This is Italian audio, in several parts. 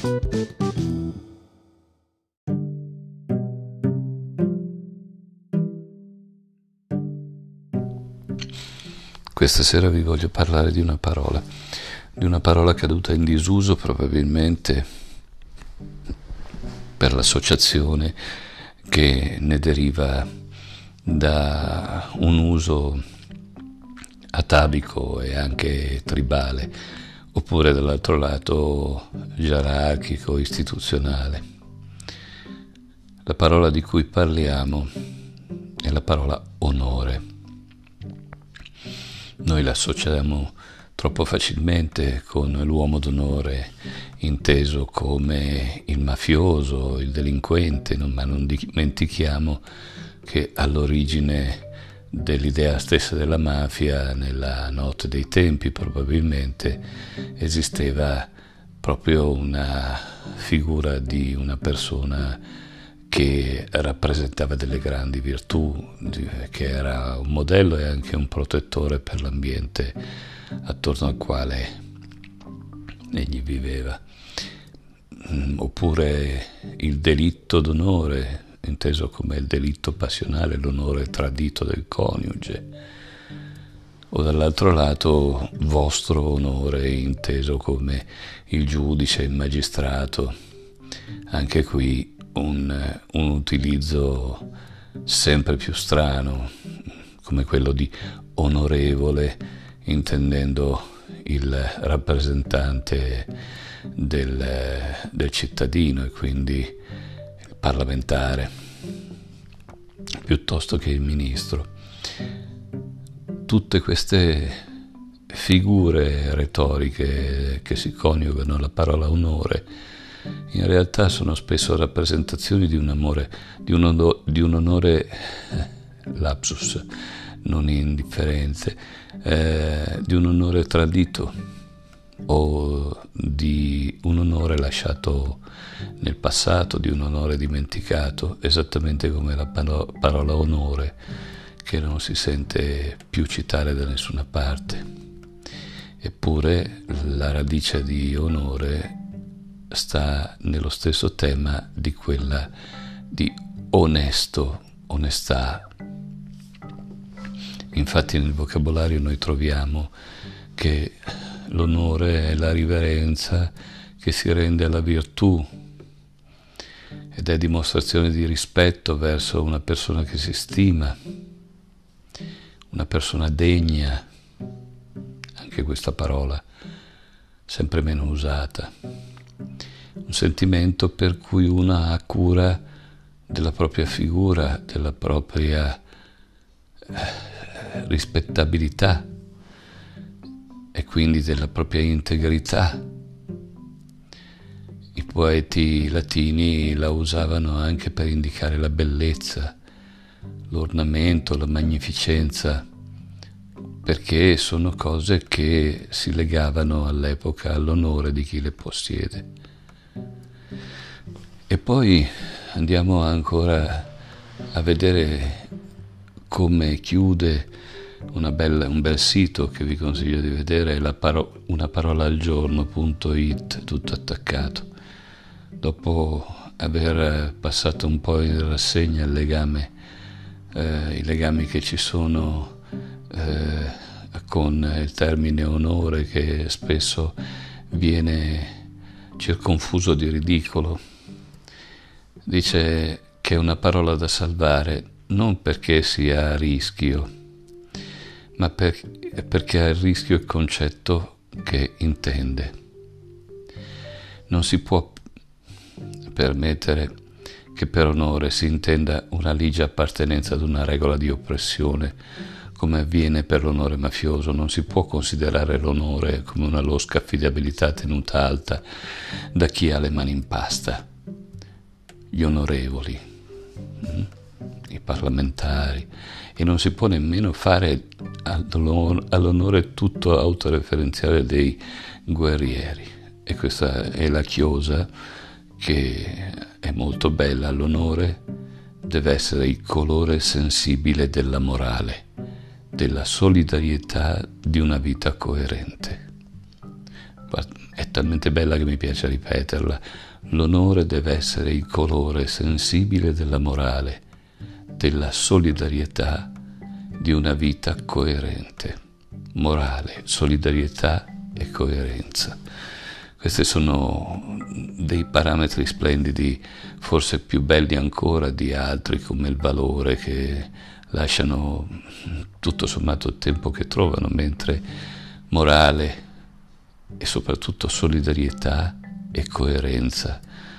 Questa sera vi voglio parlare di una parola caduta in disuso probabilmente per l'associazione che ne deriva da un uso atavico e anche tribale, oppure dall'altro lato gerarchico, istituzionale. La parola di cui parliamo è la parola onore. Noi la associamo troppo facilmente con l'uomo d'onore, inteso come il mafioso, il delinquente, ma non dimentichiamo che all'origine dell'idea stessa della mafia, nella notte dei tempi probabilmente, esisteva proprio una figura di una persona che rappresentava delle grandi virtù, che era un modello e anche un protettore per l'ambiente attorno al quale egli viveva. Oppure il delitto d'onore, inteso come il delitto passionale, l'onore tradito del coniuge, o dall'altro lato vostro onore, inteso come il giudice, il magistrato. Anche qui un utilizzo sempre più strano, come quello di onorevole, intendendo il rappresentante del cittadino e quindi il parlamentare, piuttosto che il ministro. Tutte queste figure retoriche che si coniugano alla parola onore in realtà sono spesso rappresentazioni di un onore lapsus, non indifferente, di un onore tradito o di un onore lasciato nel passato, di un onore dimenticato, esattamente come la parola onore, che non si sente più citare da nessuna parte. Eppure la radice di onore sta nello stesso tema di quella di onestà. Infatti nel vocabolario noi troviamo che l'onore è la riverenza che si rende alla virtù ed è dimostrazione di rispetto verso una persona che si stima, una persona degna, anche questa parola sempre meno usata. Un sentimento per cui una ha cura della propria figura, della propria rispettabilità e quindi della propria integrità. I poeti latini la usavano anche per indicare la bellezza, l'ornamento, la magnificenza, perché sono cose che si legavano all'epoca all'onore di chi le possiede. E poi andiamo ancora a vedere come chiude un bel sito che vi consiglio di vedere, è unaparolaalgiorno.it, tutto attaccato. Dopo aver passato un po' in rassegna i legami che ci sono con il termine onore, che spesso viene circonfuso di ridicolo, dice che è una parola da salvare non perché sia a rischio, ma perché a rischio il concetto che intende. Non si può permettere che per onore si intenda una ligia appartenenza ad una regola di oppressione, come avviene per l'onore mafioso. Non si può considerare l'onore come una losca affidabilità tenuta alta da chi ha le mani in pasta. Gli onorevoli, i parlamentari, e non si può nemmeno fare all'onore tutto autoreferenziale dei guerrieri. E questa è la chiosa, che è molto bella. L'onore deve essere il colore sensibile della morale, della solidarietà di una vita coerente. è talmente bella che mi piace ripeterla. L'onore deve essere il colore sensibile della morale, della solidarietà, di una vita coerente. Morale, solidarietà e coerenza. Questi sono dei parametri splendidi, forse più belli ancora di altri come il valore, che lasciano tutto sommato il tempo che trovano, mentre morale e soprattutto solidarietà e coerenza,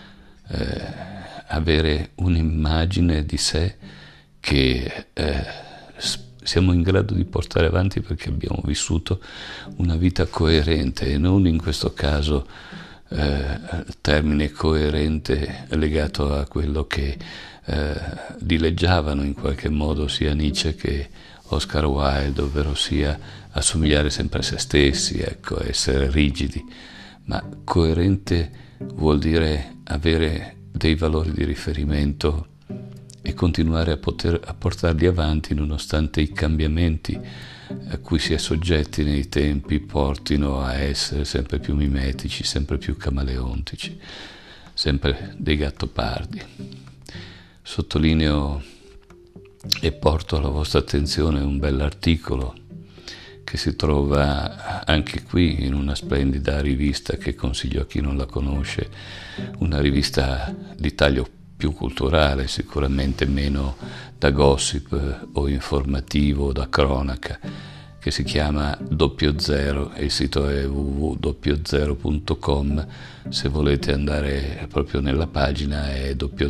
avere un'immagine di sé che siamo in grado di portare avanti perché abbiamo vissuto una vita coerente, e non in questo caso il termine coerente legato a quello che dileggiavano in qualche modo sia Nietzsche che Oscar Wilde, ovvero sia assomigliare sempre a se stessi, ecco, essere rigidi. Ma coerente vuol dire avere dei valori di riferimento e continuare a portarli avanti nonostante i cambiamenti a cui si è soggetti nei tempi portino a essere sempre più mimetici, sempre più camaleontici, sempre dei gattopardi. Sottolineo e porto alla vostra attenzione un bell'articolo che si trova anche qui in una splendida rivista che consiglio a chi non la conosce, una rivista di taglio più culturale, sicuramente meno da gossip o informativo o da cronaca, che si chiama 00, e il sito è www.00.com. Se volete andare proprio nella pagina è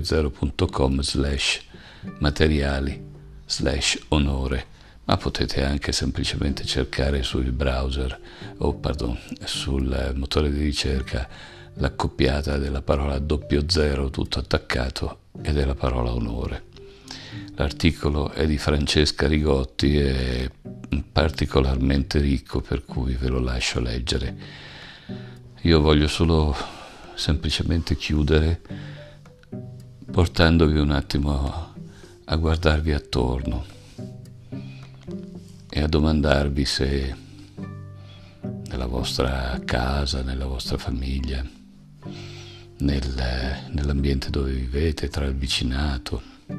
00.com/materiali/onore, ma potete anche semplicemente cercare sul browser sul motore di ricerca l'accoppiata della parola 00 tutto attaccato e della parola onore. L'articolo è di Francesca Rigotti e particolarmente ricco, per cui ve lo lascio leggere. Io voglio solo semplicemente chiudere portandovi un attimo a guardarvi attorno e a domandarvi se nella vostra casa, nella vostra famiglia, nell'ambiente dove vivete, tra il vicinato,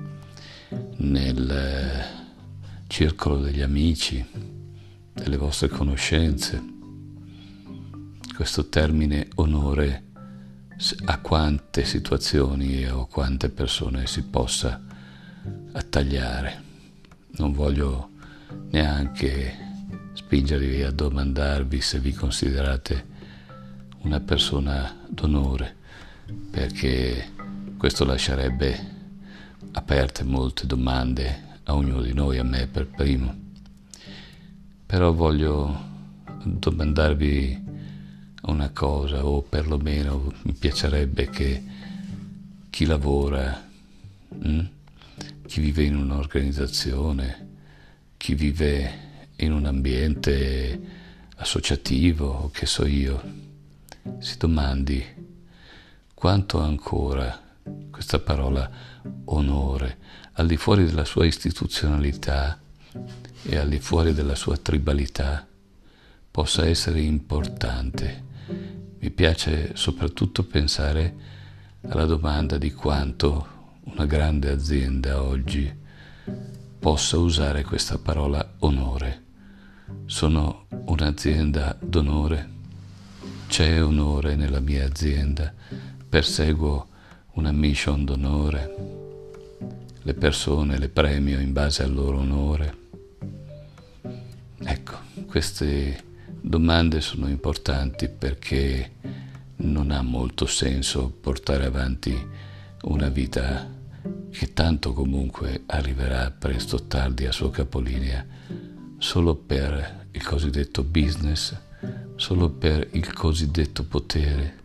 nel circolo degli amici, delle vostre conoscenze, questo termine onore a quante situazioni o a quante persone si possa attagliare. Non voglio neanche spingervi a domandarvi se vi considerate una persona d'onore, perché questo lascerebbe aperte molte domande a ognuno di noi, a me per primo. Però voglio domandarvi una cosa, o perlomeno mi piacerebbe che chi lavora, chi vive in un'organizzazione, chi vive in un ambiente associativo, che so io, si domandi quanto ancora questa parola onore, al di fuori della sua istituzionalità e al di fuori della sua tribalità, possa essere importante. Mi piace soprattutto pensare alla domanda di quanto una grande azienda oggi possa usare questa parola onore. Sono un'azienda d'onore? C'è onore nella mia azienda? Perseguo una mission d'onore? Le persone le premio in base al loro onore? Ecco, queste domande sono importanti perché non ha molto senso portare avanti una vita che tanto comunque arriverà presto o tardi a suo capolinea solo per il cosiddetto business, solo per il cosiddetto potere.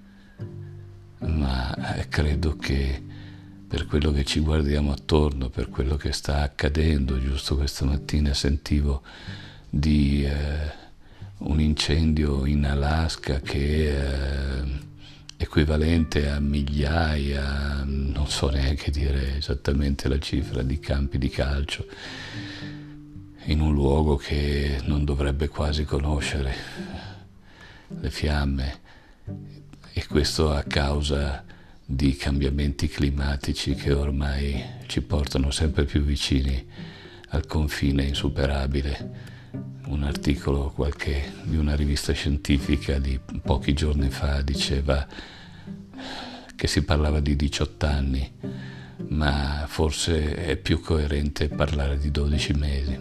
Ma credo che per quello che ci guardiamo attorno, per quello che sta accadendo, giusto questa mattina sentivo di un incendio in Alaska che è equivalente a migliaia, non so neanche dire esattamente la cifra, di campi di calcio in un luogo che non dovrebbe quasi conoscere. Le fiamme e questo a causa di cambiamenti climatici che ormai ci portano sempre più vicini al confine insuperabile. Un articolo di una rivista scientifica di pochi giorni fa diceva che si parlava di 18 anni, ma forse è più coerente parlare di 12 mesi.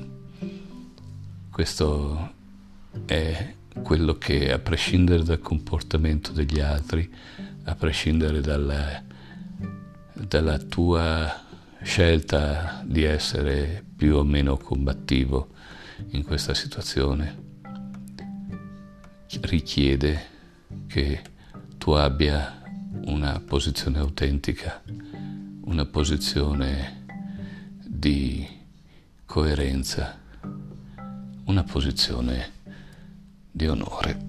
Questo è quello che, a prescindere dal comportamento degli altri, a prescindere dalla tua scelta di essere più o meno combattivo in questa situazione, richiede che tu abbia una posizione autentica, una posizione di coerenza, una posizione di onore.